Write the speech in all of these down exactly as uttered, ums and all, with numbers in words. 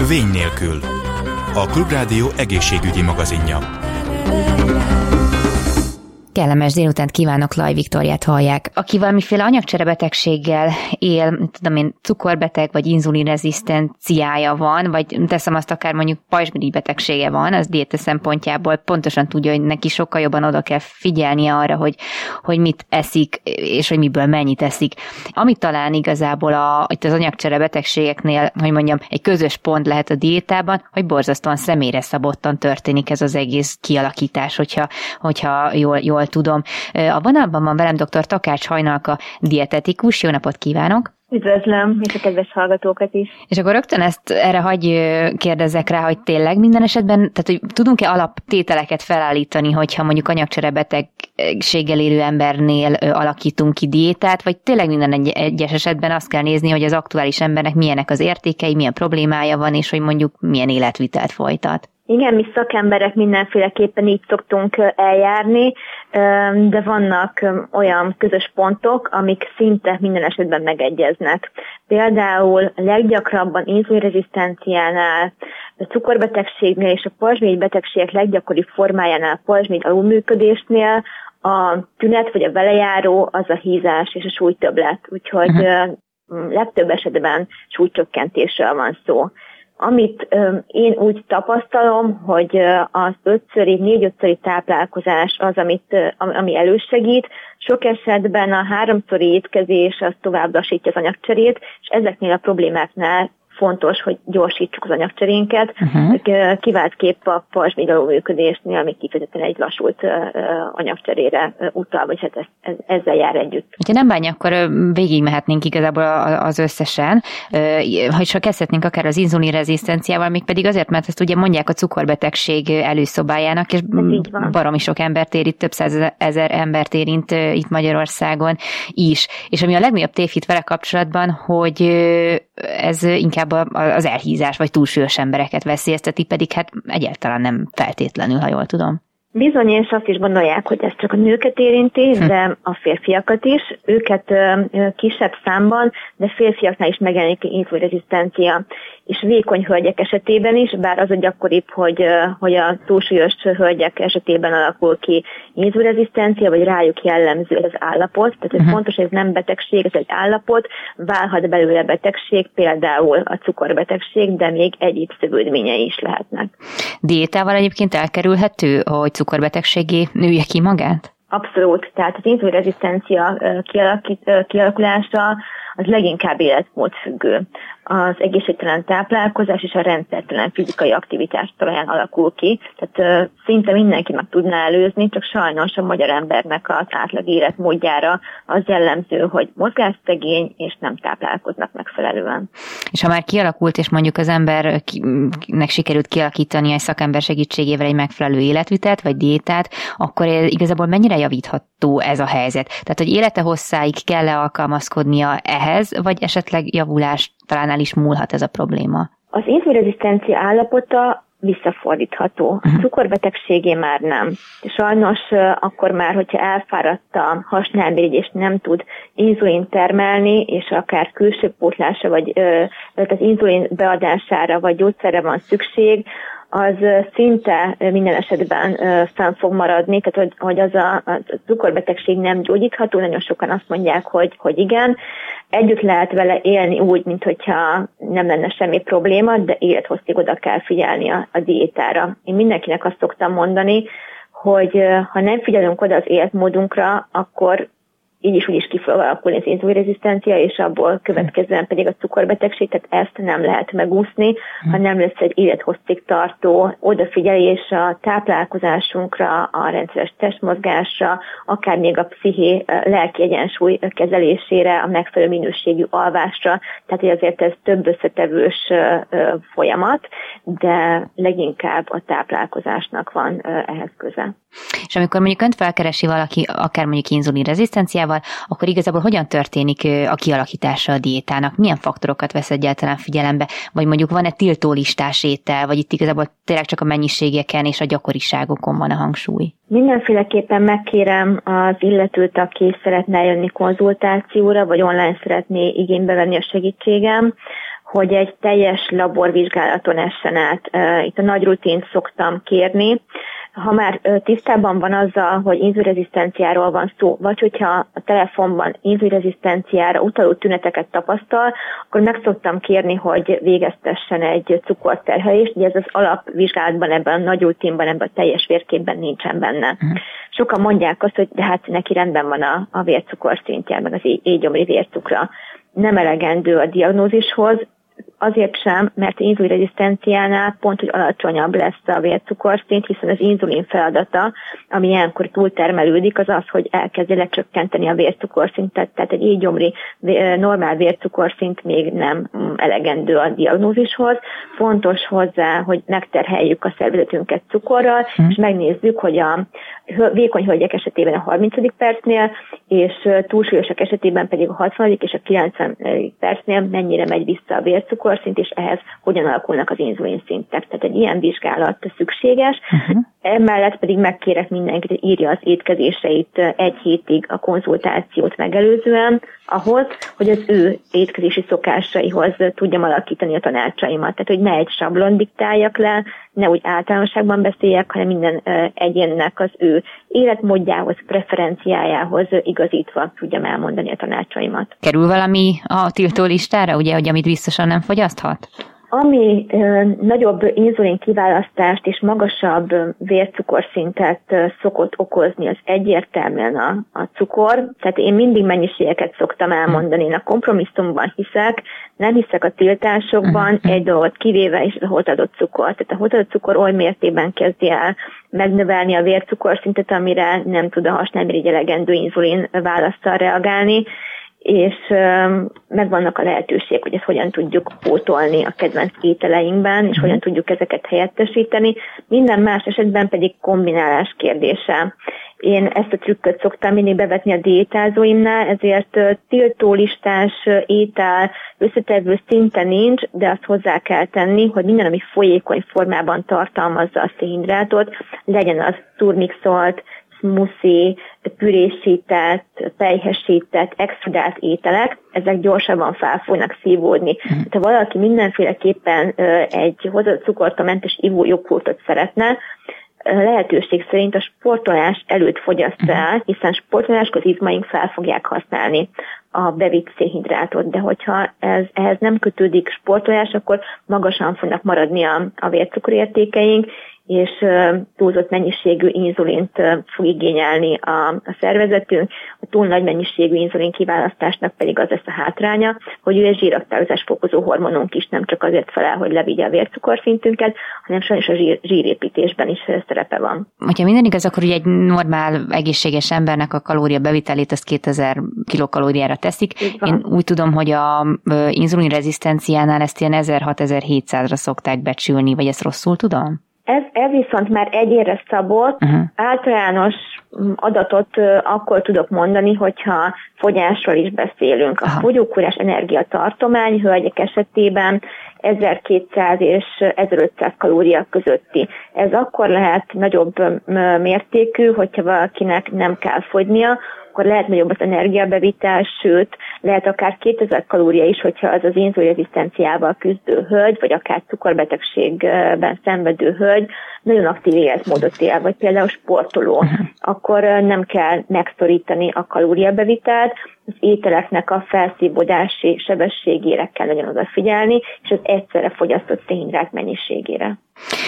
Vény nélkül. A Klubrádió egészségügyi magazinja. Kellemes délutánt kívánok, Laj Viktóriát hallják. Aki valamiféle anyagcserebetegséggel él, tudom én, cukorbeteg vagy inzulinrezisztenciája van, vagy teszem azt akár mondjuk pajzsmirigy betegsége van, az diéta szempontjából pontosan tudja, hogy neki sokkal jobban oda kell figyelnie arra, hogy, hogy mit eszik, és hogy miből mennyit eszik. Amit talán igazából a, itt az anyagcserebetegségeknél, hogy mondjam, egy közös pont lehet a diétában, hogy borzasztóan személyre szabottan történik ez az egész kialakítás, hogyha, hogyha jól, jól tudom. A vonalban van velem dr. Takács Hajnalka, dietetikus. Jó napot kívánok! Üdvözlöm, és a kedves hallgatókat is. És akkor rögtön ezt erre hagyj kérdezzek rá, hogy tényleg minden esetben, tehát hogy tudunk-e alaptételeket felállítani, hogyha mondjuk anyagcserebetegséggel élő embernél alakítunk ki diétát, vagy tényleg minden egy, egyes esetben azt kell nézni, hogy az aktuális embernek milyenek az értékei, milyen problémája van, és hogy mondjuk milyen életvitelt folytat? Igen, mi szakemberek mindenféleképpen így szoktunk eljárni, de vannak olyan közös pontok, amik szinte minden esetben megegyeznek. Például a leggyakrabban inzulinrezisztenciánál, a cukorbetegségnél és a pajzsmirigy betegségek leggyakoribb formájánál, a pajzsmirigy alulműködésnél a tünet vagy a velejáró az a hízás és a súlytöbblet, úgyhogy uh-huh. legtöbb esetben súlycsökkentésről van szó. Amit ö, én úgy tapasztalom, hogy ö, az ötszöri, négy-ötszöri táplálkozás az, amit, ö, ami elősegít. Sok esetben a háromszori étkezés az tovább lassítja az anyagcserét, és ezeknél a problémáknál fontos, hogy gyorsítsuk az anyagcserénket, uh-huh. kiváltképp a pajzsmirigy alulműködésnél, ami kifejezetten egy lassult uh, anyagcserére uh, utal, vagy hát ez, ez, ezzel jár együtt. Ha nem bánja, akkor végigmehetnénk igazából az összesen, hogy csak kezdhetnénk akár az inzulinrezisztenciával, még pedig azért, mert ezt ugye mondják a cukorbetegség előszobájának, és baromi sok embert érint, több százezer embert érint itt Magyarországon is. És ami a legnagyobb tévhit vele kapcsolatban, hogy ez inkább az elhízás vagy túlsúlyos embereket veszélyezteti, pedig hát egyáltalán nem feltétlenül, ha jól tudom. Bizony, és azt is gondolják, hogy ez csak a nőket érinti, hm. de a férfiakat is. Őket ö, kisebb számban, de férfiaknál is megjelenik inzulinrezisztencia. És vékony hölgyek esetében is, bár az a gyakoribb, hogy, hogy a túlsúlyos hölgyek esetében alakul ki inzulinrezisztencia, vagy rájuk jellemző ez az állapot. Tehát ez uh-huh. fontos, hogy ez nem betegség, ez egy állapot, válhat belőle betegség, például a cukorbetegség, de még egyéb szövődményei is lehetnek. Diétával egyébként elkerülhető, hogy cukorbetegségé nője ki magát? Abszolút, tehát az inzulinrezisztencia kialakulása az leginkább életmódfüggő. Az egészségtelen táplálkozás és a rendszertelen fizikai aktivitás talaján alakul ki, tehát uh, szinte mindenki meg tudná előzni, csak sajnos a magyar embernek az átlag életmódjára az jellemző, hogy mozgásszegény és nem táplálkoznak megfelelően. És ha már kialakult, és mondjuk az embernek sikerült kialakítani egy szakember segítségével egy megfelelő életvitelt vagy diétát, akkor igazából mennyire javítható ez a helyzet? Tehát, hogy élete hosszáig kell-e alkalmazkodnia ehhez, vagy esetleg javulás talán el is múlhat ez a probléma? Az inzulinrezisztencia állapota visszafordítható. A cukorbetegségé már nem. Sajnos akkor már, hogyha elfáradt a hasnyálmirigy és nem tud inzulin termelni, és akár külső pótlásra, vagy az inzulin beadására, vagy gyógyszerre van szükség, az szinte minden esetben fenn fog maradni, tehát hogy, hogy az a, a cukorbetegség nem gyógyítható, nagyon sokan azt mondják, hogy, hogy igen. Együtt lehet vele élni úgy, mint hogyha nem lenne semmi probléma, de élethosszig oda kell figyelni a, a diétára. Én mindenkinek azt szoktam mondani, hogy ha nem figyelünk oda az életmódunkra, akkor így is úgy is ki fog alakulni az inzulinrezisztencia, és abból következően pedig a cukorbetegség, tehát ezt nem lehet megúszni, ha nem lesz egy élethosszig tartó odafigyelés a táplálkozásunkra, a rendszeres testmozgásra, akár még a psziché lelki egyensúly kezelésére, a megfelelő minőségű alvásra, tehát hogy azért ez több összetevős folyamat, de leginkább a táplálkozásnak van ehhez köze. És amikor mondjuk önt felkeresi valaki, akár mondjuk inzulinrezisztenciával, akkor igazából hogyan történik a kialakítása a diétának? Milyen faktorokat vesz egyáltalán figyelembe? Vagy mondjuk van-e tiltólistás étel, vagy itt igazából tényleg csak a mennyiségeken és a gyakoriságokon van a hangsúly? Mindenféleképpen megkérem az illetőt, aki szeretne jönni konzultációra, vagy online szeretné igénybe venni a segítségem, hogy egy teljes laborvizsgálaton essen át. Itt a nagy rutint szoktam kérni. Ha már tisztában van azzal, hogy inzulinrezisztenciáról van szó, vagy hogyha a telefonban inzulinrezisztenciára utaló tüneteket tapasztal, akkor meg szoktam kérni, hogy végeztessen egy cukorterhelést, ugye ez az alapvizsgálatban, ebben a nagy rutinban, ebben a teljes vérképben nincsen benne. Uh-huh. Sokan mondják azt, hogy de hát neki rendben van a, a vércukor szintje, meg az éjgyomri vércukra. Nem elegendő a diagnózishoz, azért sem, mert inzulinrezisztenciánál pont, hogy alacsonyabb lesz a vércukorszint, hiszen az inzulin feladata, ami ilyenkor túltermelődik, az az, hogy elkezdi lecsökkenteni a vércukorszintet, tehát egy éjgyomri normál vércukorszint még nem elegendő a diagnózishoz. Fontos hozzá, hogy megterheljük a szervezetünket cukorral, hmm. és megnézzük, hogy a vékony hölgyek esetében a harmincadik percnél, és túlsúlyosak esetében pedig a hatvanadik és a kilencvenedik percnél mennyire megy vissza a vércukorszint, és ehhez hogyan alakulnak az inzulin szintek. Tehát egy ilyen vizsgálat szükséges. Uh-huh. Emellett pedig megkérek mindenkit, hogy írja az étkezéseit egy hétig a konzultációt megelőzően, ahhoz, hogy az ő étkezési szokásaihoz tudjam alakítani a tanácsaimat. Tehát, hogy ne egy sablon diktáljak le, ne úgy általánosságban beszéljek, hanem minden egyénnek az ő életmódjához, preferenciájához igazítva tudjam elmondani a tanácsaimat. Kerül valami a tiltó listára, ugye, hogy amit biztosan nem fogyaszthat? Ami ö, nagyobb inzulin kiválasztást és magasabb vércukorszintet ö, szokott okozni, az egyértelműen a, a cukor. Tehát én mindig mennyiségeket szoktam elmondani. Én a kompromisszumban hiszek, nem hiszek a tiltásokban, egy dolgot kivéve is a hozzáadott cukor. Tehát a hozzáadott cukor oly mértékben kezdi el megnövelni a vércukorszintet, amire nem tud a hasnyálmirigy elegendő inzulin választal reagálni, és megvannak a lehetőség, hogy ezt hogyan tudjuk pótolni a kedvenc ételeinkben, és hogyan tudjuk ezeket helyettesíteni. Minden más esetben pedig kombinálás kérdése. Én ezt a trükköt szoktam mindig bevetni a diétázóimnál, ezért tiltólistás étel összetevő szinte nincs, de azt hozzá kell tenni, hogy minden, ami folyékony formában tartalmazza a szénhidrátot, legyen az turmixolt, smoothie, pürésített, pelyhesített, extrudált ételek, ezek gyorsabban fel fognak szívódni. Mm. Ha valaki mindenféleképpen egy hozzáadott cukortól-mentes ivójoghurtot szeretne, lehetőség szerint a sportolás előtt fogyaszt el, hiszen sportoláskor az izmaink fel fogják használni a bevitt szénhidrátot, de hogyha ez, ehhez nem kötődik sportolás, akkor magasan fognak maradni a, a vércukorértékeink, és uh, túlzott mennyiségű inzulint uh, fog igényelni a, a szervezetünk. A túl nagy mennyiségű inzulin kiválasztásnak pedig az lesz a hátránya, hogy ő egy zsíraktározás fokozó hormonunk is nem csak azért felel, hogy levigye a vércukorszintünket, hanem sajnos a zsír, zsírépítésben is szerepe van. Ha minden igaz, akkor ugye egy normál, egészséges embernek a kalóriabevitelét azt kétezer kilokalóriára teszik. Én úgy tudom, hogy a inzulinrezisztenciánál ezt ilyen ezerhatszáz-ezerhétszázra szokták becsülni, vagy ezt rosszul tudom? Ez, ez viszont már egyénre szabott, uh-huh. általános adatot akkor tudok mondani, hogyha fogyásról is beszélünk. A fogyókúrás energiatartomány hölgyek esetében ezerkétszáz és ezerötszáz kalória közötti. Ez akkor lehet nagyobb mértékű, hogyha valakinek nem kell fogynia, akkor lehet nagyobb az energiabevitel, sőt, lehet akár kétezer kalória is, hogyha az az inzulinrezisztenciával küzdő hölgy, vagy akár cukorbetegségben szenvedő hölgy nagyon aktív életmódot él, vagy például sportoló, akkor nem kell megszorítani a kalóriabevitelt, az ételeknek a felszívódási sebességére kell nagyon odafigyelni, és az egyszerre fogyasztott szénhidrát mennyiségére.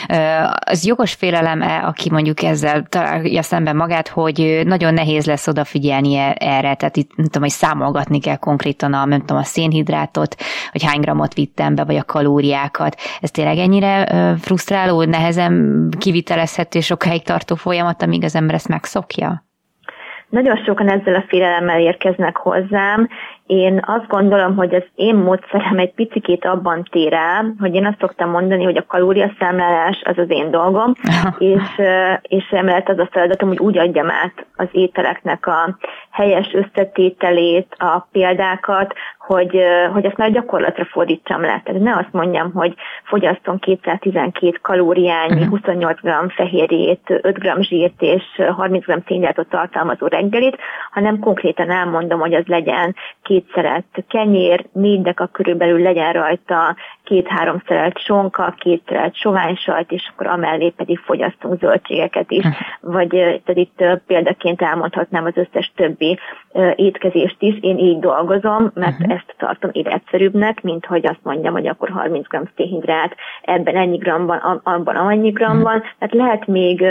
Az jogos félelem-e, aki mondjuk ezzel találja szemben magát, hogy nagyon nehéz lesz odafigyelni erre, tehát itt nem tudom, hogy számolgatni kell konkrétan a, nem tudom, a szénhidrátot, hogy hány grammot vittem be, vagy a kalóriákat. Ez tényleg ennyire frusztráló, nehezen kivitelezhető és sokáig tartó folyamat, amíg az ember ezt megszokja? Nagyon sokan ezzel a félelemmel érkeznek hozzám. Én azt gondolom, hogy az én módszerem egy picikét abban tér el, hogy én azt szoktam mondani, hogy a kalóriaszámlálás az az én dolgom, és, és emellett az a feladatom, hogy úgy adjam át az ételeknek a helyes összetételét, a példákat, hogy, hogy ezt már gyakorlatra fordítsam le. Tehát ne azt mondjam, hogy fogyasztom kétszáztizenkét kalóriányi, huszonnyolc gramm fehérjét, öt gramm zsírt és harminc gramm szénhidrátot tartalmazó reggelit, hanem konkrétan elmondom, hogy az legyen szétszerelt kenyér, négy deka körülbelül legyen rajta két-három szerelt sonka, két szerelt soványsajt, és akkor amellé pedig fogyasztunk zöldségeket is. Vagy tehát itt példaként elmondhatnám az összes többi étkezést is. Én így dolgozom, mert uh-huh. ezt tartom életszerűbbnek, mint hogy azt mondjam, hogy akkor harminc gramm szénhidrát, ebben ennyi gramban, abban annyi gramban. Uh-huh. Tehát lehet még,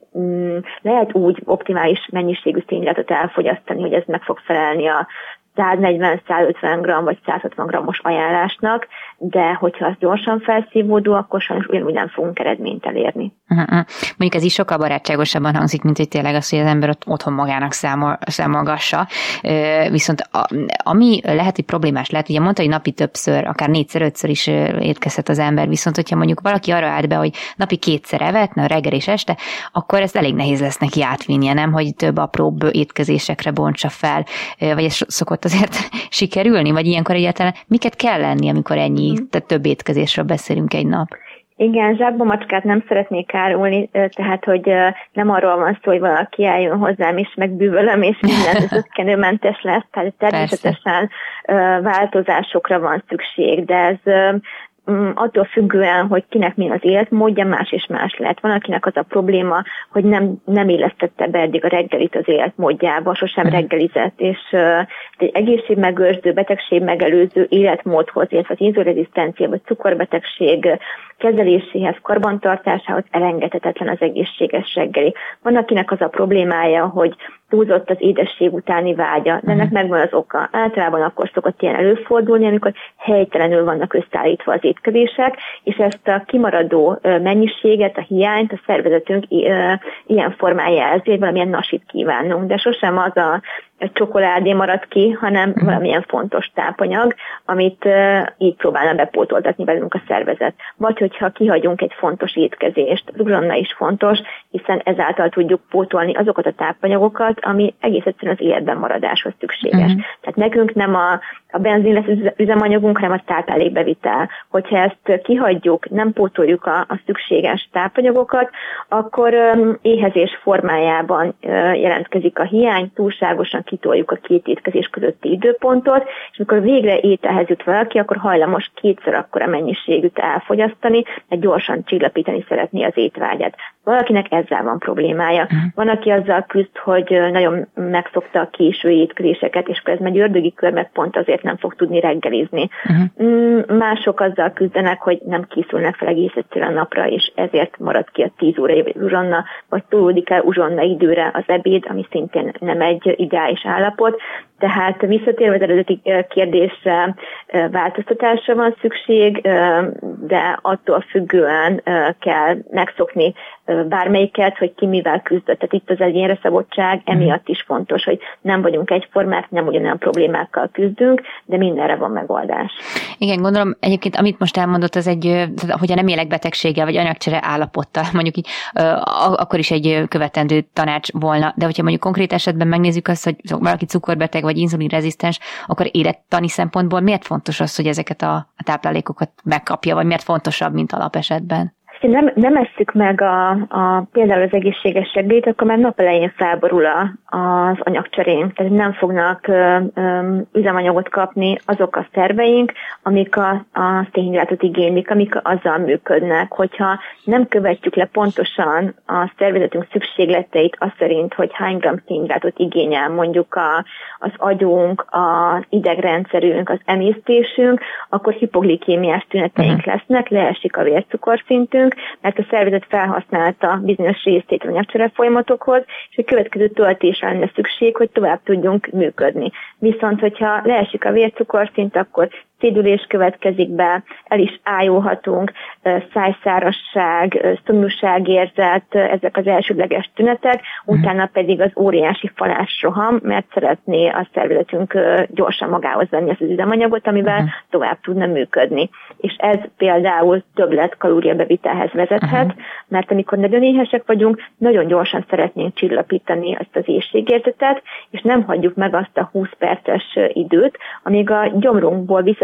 lehet úgy optimális mennyiségű szénhidrátot elfogyasztani, hogy ez meg fog felelni a száznegyven-százötven gramm vagy száz hatvan grammos ajánlásnak, de hogyha az gyorsan felszívódó, akkor sajnos ugyanúgy nem fogunk eredményt elérni. Uh-huh. Mondjuk ez is sokkal barátságosabban hangzik, mint hogy tényleg az, hogy az ember ott otthon magának számol, számolgassa. Viszont a, ami lehet, hogy problémás lehet, ugye mondta, hogy napi többször, akár négyszer-ötször is étkezhet az ember, viszont hogyha mondjuk valaki arra állt be, hogy napi kétszer evetne, reggel és este, akkor ezt elég nehéz lesz neki átvinnie, nem, hogy több apróbb étkezésekre bontsa fel, vagy ez szokott azért sikerülni, vagy ilyenkor egyáltalán miket kell lenni, amikor ennyi, tehát több étkezésről beszélünk egy nap? Igen, zsákba macskát nem szeretnék árulni, tehát, hogy nem arról van szó, hogy valaki eljön hozzám, és megbűvölöm, és minden zökkenőmentes lesz, tehát természetesen Persze. változásokra van szükség, de ez attól függően, hogy kinek mi az életmódja, más és más lehet. Van, akinek az a probléma, hogy nem, nem illesztette be eddig a reggelit az életmódjába, sosem reggelizett, és uh, egy egészségmegőrző, betegségmegelőző életmódhoz, illetve az inzulinrezisztencia vagy cukorbetegség kezeléséhez, karbantartásához elengedhetetlen az egészséges reggeli. Van, akinek az a problémája, hogy túlzott az édesség utáni vágya, de ennek megvan az oka. Általában akkor szokott ilyen előfordulni, amikor helytelenül vannak összeállítva az étkezések, és ezt a kimaradó mennyiséget, a hiányt a szervezetünk ilyen formán jelzi, hogy valamilyen nasit kívánunk, de sosem az a csokoládé marad ki, hanem valamilyen fontos tápanyag, amit így próbálna bepótoltatni velünk a szervezet. Vagy hogyha kihagyunk egy fontos étkezést, az uzsonna is fontos, hiszen ezáltal tudjuk pótolni azokat a tápanyagokat, ami egész egyszerűen az életben maradáshoz szükséges. Uh-huh. Tehát nekünk nem a, a benzin lesz üzemanyagunk, hanem a táplálékbevitel. Hogyha ezt kihagyjuk, nem pótoljuk a, a szükséges tápanyagokat, akkor um, éhezés formájában uh, jelentkezik a hiány, túlságosan kitoljuk a két étkezés közötti időpontot, és amikor végre ételhez jut valaki, akkor hajlamos kétszer akkora mennyiségűt elfogyasztani, mert gyorsan csillapítani szeretné az étvágyat. Valakinek ezzel van problémája. Uh-huh. Van, aki azzal küzd, hogy nagyon megszokta a késő étkezéseket, és ez megy ördögi kör, meg pont azért nem fog tudni reggelizni. Uh-huh. Mások azzal küzdenek, hogy nem készülnek fel egész egyszerűen napra, és ezért marad ki a tíz órai uzsonna, vagy tolódik el uzsonna időre az ebéd, ami szintén nem egy ideális állapot. Tehát visszatérve az eredeti kérdésre, változtatásra van szükség, de attól függően kell megszokni bármelyiket, hogy ki mivel küzdött. Tehát itt az egyénre szabottság emiatt is fontos, hogy nem vagyunk egyformák, nem ugyanolyan problémákkal küzdünk, de mindenre van megoldás. Igen, gondolom egyébként, amit most elmondott, az egy, hogy a nem élekbetegséggel, vagy anyagcsere állapottal, mondjuk így, akkor is egy követendő tanács volna, de hogyha mondjuk konkrét esetben megnézzük azt, hogy valaki cukorbeteg, vagy inzulinrezisztens, akkor élettani szempontból miért fontos az, hogy ezeket a táplálékokat megkapja, vagy miért fontosabb, mint alapesetben? nem, nem esszük meg a, a, például az egészséges reggelit, akkor már nap elején felborul a, az anyagcserénk. Tehát nem fognak ö, ö, üzemanyagot kapni azok a szerveink, amik a, a szénhidrátot igénylik, amik azzal működnek. Hogyha nem követjük le pontosan a szervezetünk szükségleteit az szerint, hogy hány gram szénhidrátot igényel mondjuk a, az agyunk, az idegrendszerünk, az emésztésünk, akkor hipoglikémiás tüneteink uh-huh. lesznek, leesik a vércukorszintünk, mert a szervezet felhasználta bizonyos részét a anyagcsere folyamatokhoz, és a következő töltésre lenne szükség, hogy tovább tudjunk működni. Viszont, hogyha leesik a vércukorszint, akkor szédülés következik be, el is ájulhatunk, szájszárasság, szomjúságérzet, ezek az elsődleges tünetek, utána pedig az óriási falásroham, mert szeretné a szervezetünk gyorsan magához venni ezt az üzemanyagot, amivel uh-huh. tovább tudna működni. És ez például többlet kalóriabevitelhez vezethet, uh-huh. mert amikor nagyon éhesek vagyunk, nagyon gyorsan szeretnénk csillapítani ezt az éhségérzetet, és nem hagyjuk meg azt a húsz perces időt, amíg a gyomrunkból vissza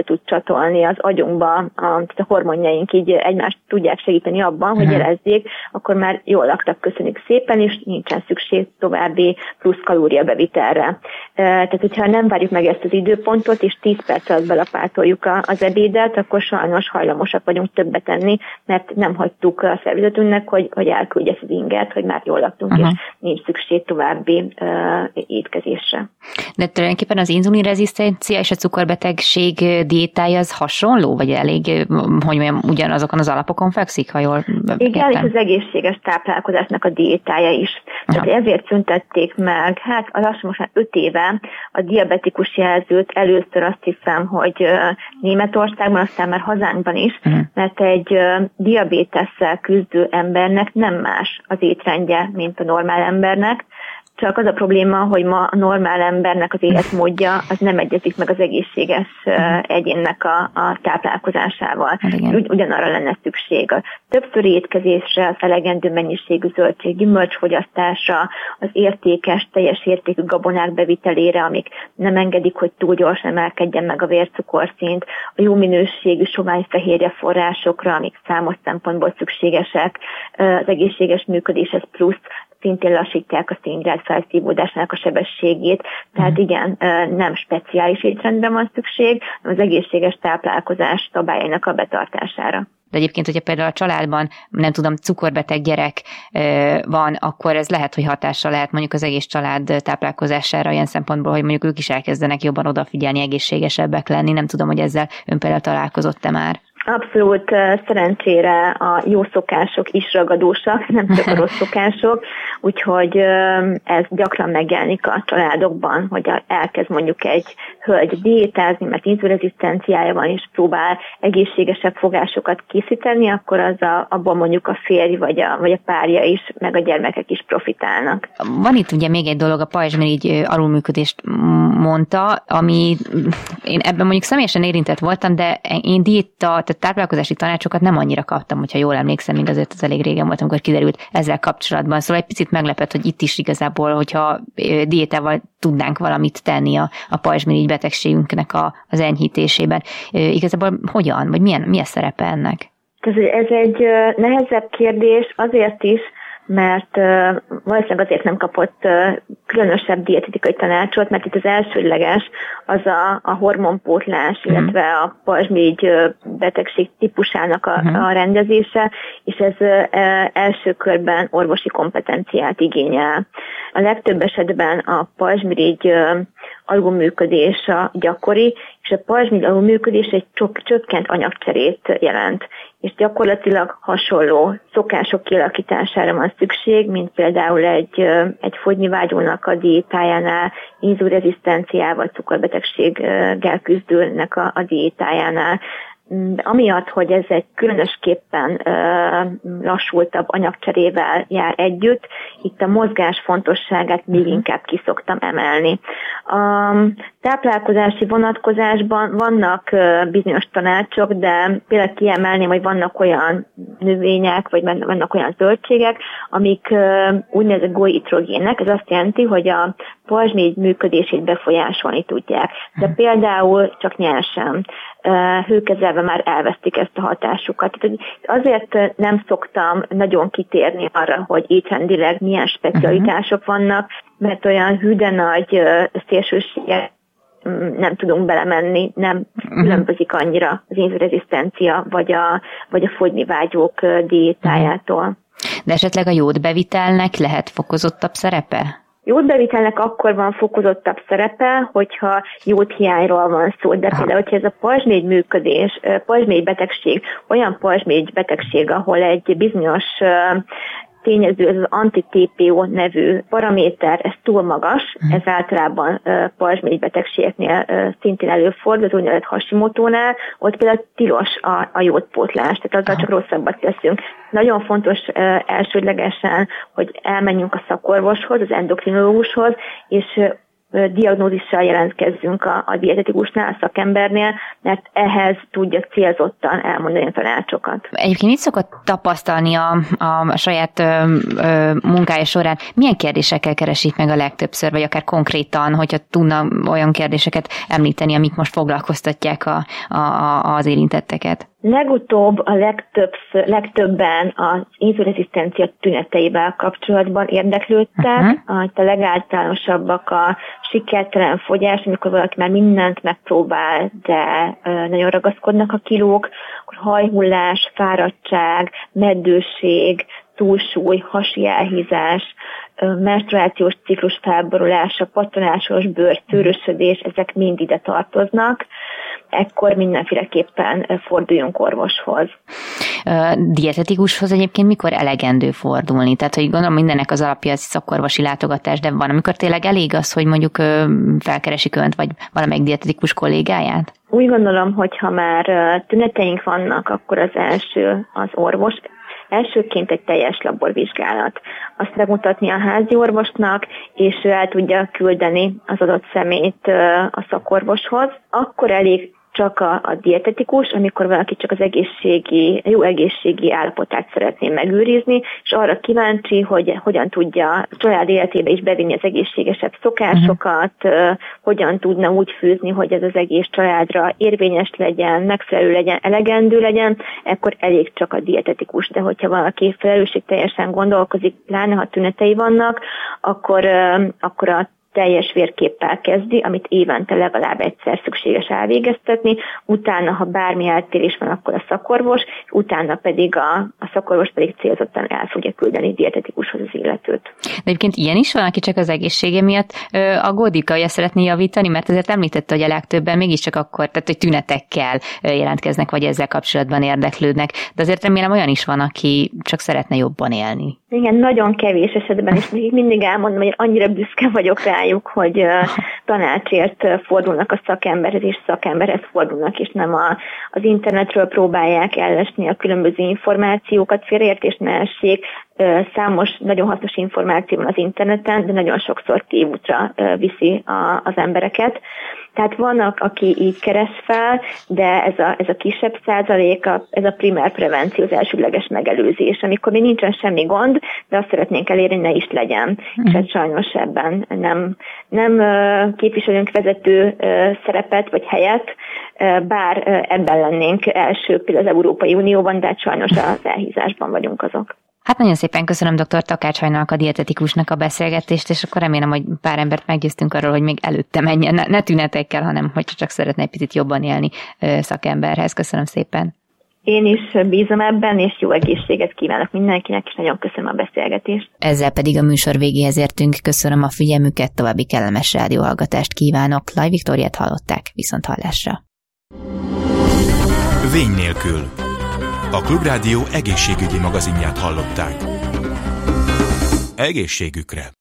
tud csatolni az agyunkba, a, a hormonjaink így egymást tudják segíteni abban, hogy jelezzék, akkor már jól laktak, köszönjük szépen, és nincsen szükség további plusz kalóriabevitelre. Tehát, hogyha nem várjuk meg ezt az időpontot, és tíz perc alatt belapátoljuk az ebédet, akkor sajnos hajlamosak vagyunk többet tenni, mert nem hagytuk a szervezetünknek, hogy, hogy elküldje ezt az inget, hogy már jól laktunk, uh-huh. és nincs szükség további uh, étkezésre. De tulajdonképpen az inzulinrezisztencia és a cukorbetegség diétája az hasonló, vagy elég, hogy mondjam, ugyanazokon az alapokon fekszik, ha jól Igen, és az egészséges táplálkozásnak a diétája is. Tehát ja. ezért szüntették meg, hát lassan most már öt éve a diabetikus jelzőt először azt hiszem, hogy Németországban, aztán már hazánkban is, uh-huh. mert egy diabétesszel küzdő embernek nem más az étrendje, mint a normál embernek, csak az a probléma, hogy ma a normál embernek az életmódja az nem egyezik meg az egészséges egyénnek a, a táplálkozásával. Ugy, ugyanarra lenne szükség. A többszöri étkezésre, az elegendő mennyiségű zöldség, gyümölcsfogyasztásra, az értékes, teljes értékű gabonák bevitelére, amik nem engedik, hogy túl gyorsan emelkedjen meg a vércukorszint, a jó minőségű sovány fehérje forrásokra, amik számos szempontból szükségesek, az egészséges működéshez plusz szintén lassítják a szénhidrát felszívódásának a sebességét, tehát igen, nem speciális étrendre van szükség, hanem az egészséges táplálkozás szabályainak a betartására. De egyébként, hogyha például a családban, nem tudom, cukorbeteg gyerek van, akkor ez lehet, hogy hatással lehet mondjuk az egész család táplálkozására ilyen szempontból, hogy mondjuk ők is elkezdenek jobban odafigyelni, egészségesebbek lenni. Nem tudom, hogy ezzel ön például találkozott-e már? Abszolút, szerencsére a jó szokások is ragadósak, nem csak a rossz szokások, úgyhogy ez gyakran megjelenik a családokban, hogy elkezd mondjuk egy hölgy diétázni, mert inzulinrezisztenciája van, és próbál egészségesebb fogásokat készíteni, akkor az a, abban mondjuk a férj vagy a, vagy a párja is, meg a gyermekek is profitálnak. Van itt ugye még egy dolog, a pajzsmirigy alulműködést mondta, ami én ebben mondjuk személyesen érintett voltam, de én diéta, tehát táplálkozási tanácsokat nem annyira kaptam, hogyha jól emlékszem, még azért az elég régen volt, amikor kiderült ezzel kapcsolatban. Szóval egy picit meglepett, hogy itt is igazából, hogyha diétával tudnánk valamit tenni a, a pajzsmirigy betegségünknek a, az enyhítésében. Igazából hogyan, vagy milyen, milyen szerepe ennek? Ez, ez egy nehezebb kérdés azért is, mert uh, valószínűleg azért nem kapott uh, különösebb dietetikai tanácsot, mert itt az elsődleges az a, a hormonpótlás, uh-huh. illetve a pajzsmirigy uh, betegség típusának a, uh-huh. a rendezése, és ez uh, első körben orvosi kompetenciát igényel. A legtöbb esetben a pajzsmirigy uh, alulműködése gyakori, és a pajzsmirigy alulműködés egy csökkent anyagcserét jelent, és gyakorlatilag hasonló szokások kialakítására van szükség, mint például egy, egy fogynivágyónak a diétájánál, inzulinrezisztenciával, cukorbetegséggel küzdőnek a, a diétájánál. De amiatt, hogy ez egy különösképpen ö, lassultabb anyagcserével jár együtt, itt a mozgás fontosságát még inkább ki szoktam emelni. A táplálkozási vonatkozásban vannak ö, bizonyos tanácsok, de például kiemelném, hogy vannak olyan növények, vagy vannak olyan zöldségek, amik ö, úgynevezett goitrogének, ez azt jelenti, hogy a pajzsmirigy működését befolyásolni tudják. De például csak nyersen hőkezelve már elvesztik ezt a hatásukat. Azért nem szoktam nagyon kitérni arra, hogy étrendileg milyen specialitások vannak, mert olyan hű de nagy szélsőségek nem tudunk belemenni, nem különbözik annyira az inzulinrezisztencia vagy a, vagy a fogynivágyók diétájától. De esetleg a jódbevitelnek lehet fokozottabb szerepe? Jódbevitelnek akkor van fokozottabb szerepe, hogyha jódhiányról van szó, de például, hogyha ez a pajzsmirigy működés, pajzsmirigy betegség, olyan pajzsmirigy betegség, ahol egy bizonyos tényező, ez az anti-té pé ó nevű paraméter, ez túl magas, ez általában uh, pajzsmirigy betegségeknél uh, szintén előfordul, az úgynevezett Hashimotónál, ott például tilos a, a jódpótlás, tehát azzal csak rosszabbat teszünk. Nagyon fontos uh, elsődlegesen, hogy elmenjünk a szakorvoshoz, az endokrinológushoz, és uh, diagnózissal jelentkezzünk a, a dietetikusnál, a szakembernél, mert ehhez tudja célzottan elmondani a tanácsokat. Egyébként mit szokott tapasztalni a, a saját ö, ö, munkája során? Milyen kérdésekkel keresik meg a legtöbbször, vagy akár konkrétan, hogyha tudna olyan kérdéseket említeni, amik most foglalkoztatják a, a, az érintetteket? Legutóbb a legtöbbször, legtöbben az inzulinrezisztencia tüneteivel kapcsolatban érdeklődtek. Uh-huh. A legáltalánosabbak a sikertelen fogyás, amikor valaki már mindent megpróbál, de nagyon ragaszkodnak a kilók, akkor hajhullás, fáradtság, meddőség, túlsúly, hasi elhízás, menstruációs ciklus felborulása, patonásos bőr, szőrösödés, ezek mind ide tartoznak. Ekkor mindenféleképpen forduljunk orvoshoz. Dietetikushoz egyébként mikor elegendő fordulni? Tehát, hogy gondolom mindennek az alapja az szakorvosi látogatás, de van, amikor tényleg elég az, hogy mondjuk felkeresik önt, vagy valamelyik dietetikus kollégáját? Úgy gondolom, hogy ha már tüneteink vannak, akkor az első az orvos. Elsőként egy teljes laborvizsgálat. Azt megmutatni a házi orvosnak, és ő el tudja küldeni az adott személyt a szakorvoshoz. Akkor elég csak a, a dietetikus, amikor valaki csak az egészségi, jó egészségi állapotát szeretné megőrizni, és arra kíváncsi, hogy hogyan tudja a család életébe is bevinni az egészségesebb szokásokat, uh-huh. hogyan tudna úgy fűzni, hogy ez az egész családra érvényes legyen, megfelelő legyen, elegendő legyen, akkor elég csak a dietetikus. De hogyha valaki felelősségteljesen gondolkozik, pláne ha tünetei vannak, akkor, akkor a teljes vérképpel kezdi, amit évente legalább egyszer szükséges elvégeztetni, utána, ha bármi eltérés van, akkor a szakorvos, utána pedig a, a szakorvos pedig célzottan el fogja küldeni dietetikushoz az illetőt. De egyébként ilyen is van, aki csak az egészsége miatt ö, aggódik, hogy szeretné javítani, mert azért említette, hogy a legtöbben mégiscsak akkor, tehát hogy tünetekkel jelentkeznek, vagy ezzel kapcsolatban érdeklődnek, de azért remélem olyan is van, aki csak szeretne jobban élni. Igen, nagyon kevés esetben, és mindig elmondom, hogy annyira büszke vagyok rájuk, hogy tanácsért fordulnak a szakemberhez, és szakemberhez fordulnak, és nem a, az internetről próbálják ellesni a különböző információkat, félreértés ne essék. Számos, nagyon hasznos információ van az interneten, de nagyon sokszor tévútra viszi a, az embereket. Tehát vannak, aki így keres fel, de ez a, ez a kisebb százalék, a, ez a primer prevenció, az elsődleges megelőzés, amikor még nincsen semmi gond, de azt szeretnénk elérni, ne is legyen. Mm. És hát sajnos ebben nem, nem képviselünk vezető szerepet vagy helyet, bár ebben lennénk első például az Európai Unióban, de hát sajnos az elhízásban vagyunk azok. Hát nagyon szépen köszönöm dr. Takács Hajnalka dietetikusnak a beszélgetést, és akkor remélem, hogy pár embert meggyőztünk arról, hogy még előtte menjen, ne, ne tünetekkel, hanem hogy csak szeretne egy picit jobban élni szakemberhez. Köszönöm szépen. Én is bízom ebben, és jó egészséget kívánok mindenkinek, és nagyon köszönöm a beszélgetést. Ezzel pedig a műsor végéhez értünk. Köszönöm a figyelmüket, további kellemes rádióhallgatást kívánok. Laj Viktóriát hallották, viszont hallásra. Vény nélkül. A Klubrádió egészségügyi magazinját hallották. Egészségükre!